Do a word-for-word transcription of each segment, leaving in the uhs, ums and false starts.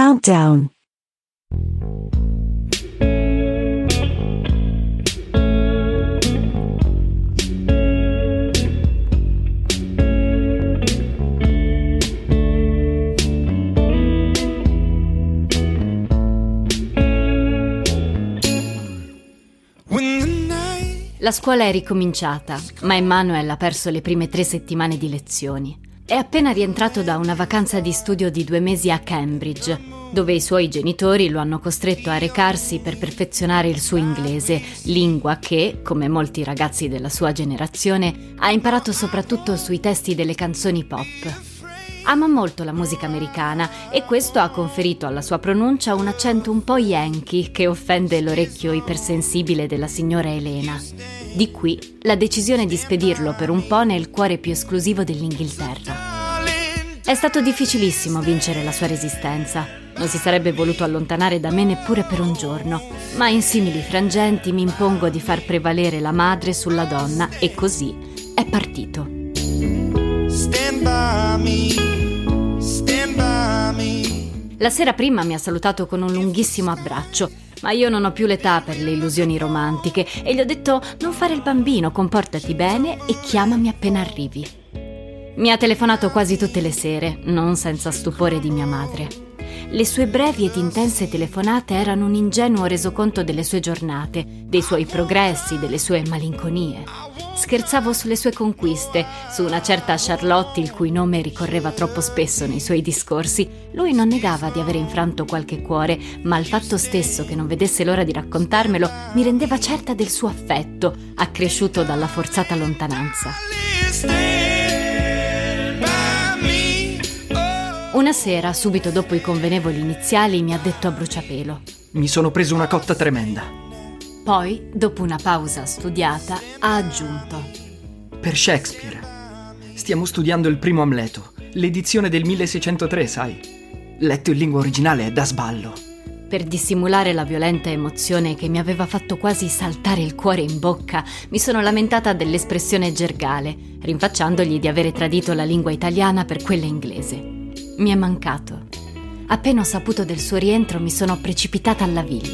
Countdown. La scuola è ricominciata, ma Emmanuel ha perso le prime tre settimane di lezioni. È appena rientrato da una vacanza di studio di due mesi a Cambridge, dove i suoi genitori lo hanno costretto a recarsi per perfezionare il suo inglese, lingua che, come molti ragazzi della sua generazione, ha imparato soprattutto sui testi delle canzoni pop. Ama molto la musica americana e questo ha conferito alla sua pronuncia un accento un po' yankee che offende l'orecchio ipersensibile della signora Elena. Di qui la decisione di spedirlo per un po' nel cuore più esclusivo dell'Inghilterra. È stato difficilissimo vincere la sua resistenza. Non si sarebbe voluto allontanare da me neppure per un giorno, ma in simili frangenti mi impongo di far prevalere la madre sulla donna e così è partito. Stand by me, stand by me. La sera prima mi ha salutato con un lunghissimo abbraccio, ma io non ho più l'età per le illusioni romantiche e gli ho detto: non fare il bambino, comportati bene e chiamami appena arrivi. Mi ha telefonato quasi tutte le sere, non senza stupore di mia madre. Le sue brevi ed intense telefonate erano un ingenuo resoconto delle sue giornate, dei suoi progressi, delle sue malinconie. Scherzavo sulle sue conquiste, su una certa Charlotte il cui nome ricorreva troppo spesso nei suoi discorsi. Lui non negava di aver infranto qualche cuore, ma il fatto stesso che non vedesse l'ora di raccontarmelo mi rendeva certa del suo affetto, accresciuto dalla forzata lontananza. Una sera, subito dopo i convenevoli iniziali, mi ha detto a bruciapelo: mi sono preso una cotta tremenda. Poi, dopo una pausa studiata, ha aggiunto: per Shakespeare. Stiamo studiando il primo Amleto, l'edizione del milleseicentotre, sai. Letto in lingua originale è da sballo. Per dissimulare la violenta emozione che mi aveva fatto quasi saltare il cuore in bocca, mi sono lamentata dell'espressione gergale, rinfacciandogli di avere tradito la lingua italiana per quella inglese. Mi è mancato. Appena ho saputo del suo rientro mi sono precipitata alla villa.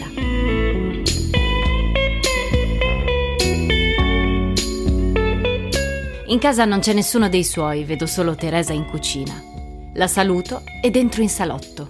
In casa non c'è nessuno dei suoi, vedo solo Teresa in cucina. La saluto e entro in salotto.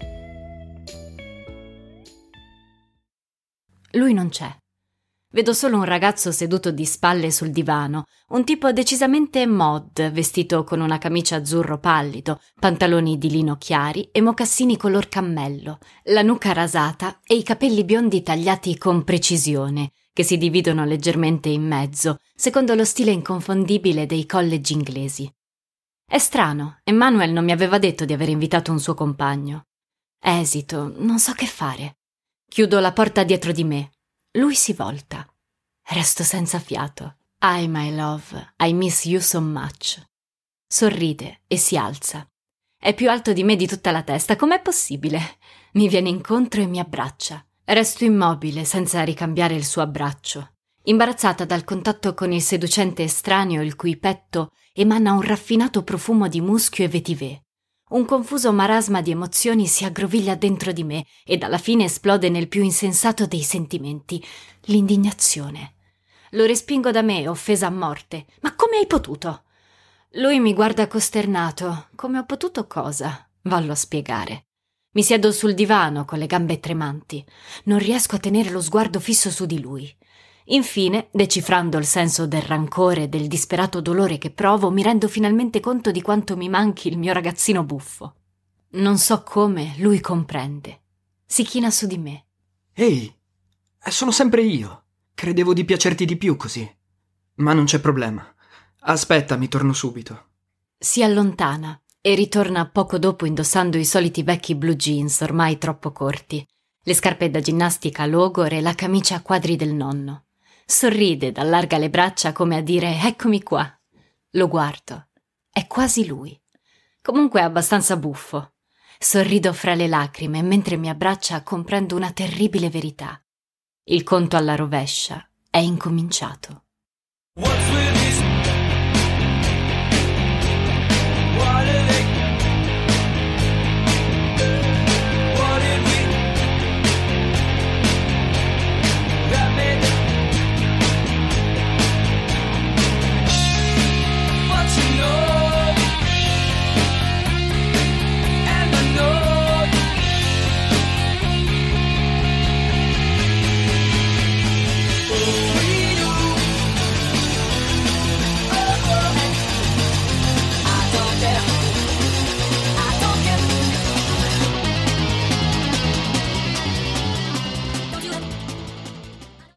Lui non c'è. Vedo solo un ragazzo seduto di spalle sul divano, un tipo decisamente mod, vestito con una camicia azzurro pallido, pantaloni di lino chiari e mocassini color cammello, la nuca rasata e i capelli biondi tagliati con precisione, che si dividono leggermente in mezzo, secondo lo stile inconfondibile dei college inglesi. È strano, Emmanuel non mi aveva detto di aver invitato un suo compagno. Esito, non so che fare. Chiudo la porta dietro di me. Lui si volta. Resto senza fiato. Hi, my love, I miss you so much. Sorride e si alza. È più alto di me di tutta la testa, com'è possibile? Mi viene incontro e mi abbraccia. Resto immobile, senza ricambiare il suo abbraccio, imbarazzata dal contatto con il seducente estraneo il cui petto emana un raffinato profumo di muschio e vetiver. Un confuso marasma di emozioni si aggroviglia dentro di me ed alla fine esplode nel più insensato dei sentimenti, l'indignazione. Lo respingo da me, offesa a morte. Ma come hai potuto? Lui mi guarda costernato. Come ho potuto cosa? Vallo a spiegare. Mi siedo sul divano con le gambe tremanti. Non riesco a tenere lo sguardo fisso su di lui. Infine, decifrando il senso del rancore e del disperato dolore che provo, mi rendo finalmente conto di quanto mi manchi il mio ragazzino buffo. Non so come, lui comprende. Si china su di me. Ehi, sono sempre io. Credevo di piacerti di più così. Ma non c'è problema. Aspetta, mi torno subito. Si allontana e ritorna poco dopo indossando i soliti vecchi blue jeans ormai troppo corti, le scarpe da ginnastica logore e la camicia a quadri del nonno. Sorride, allarga le braccia come a dire «Eccomi qua». Lo guardo. È quasi lui. Comunque è abbastanza buffo. Sorrido fra le lacrime e mentre mi abbraccia comprendo una terribile verità. Il conto alla rovescia è incominciato. What's with these... Why do they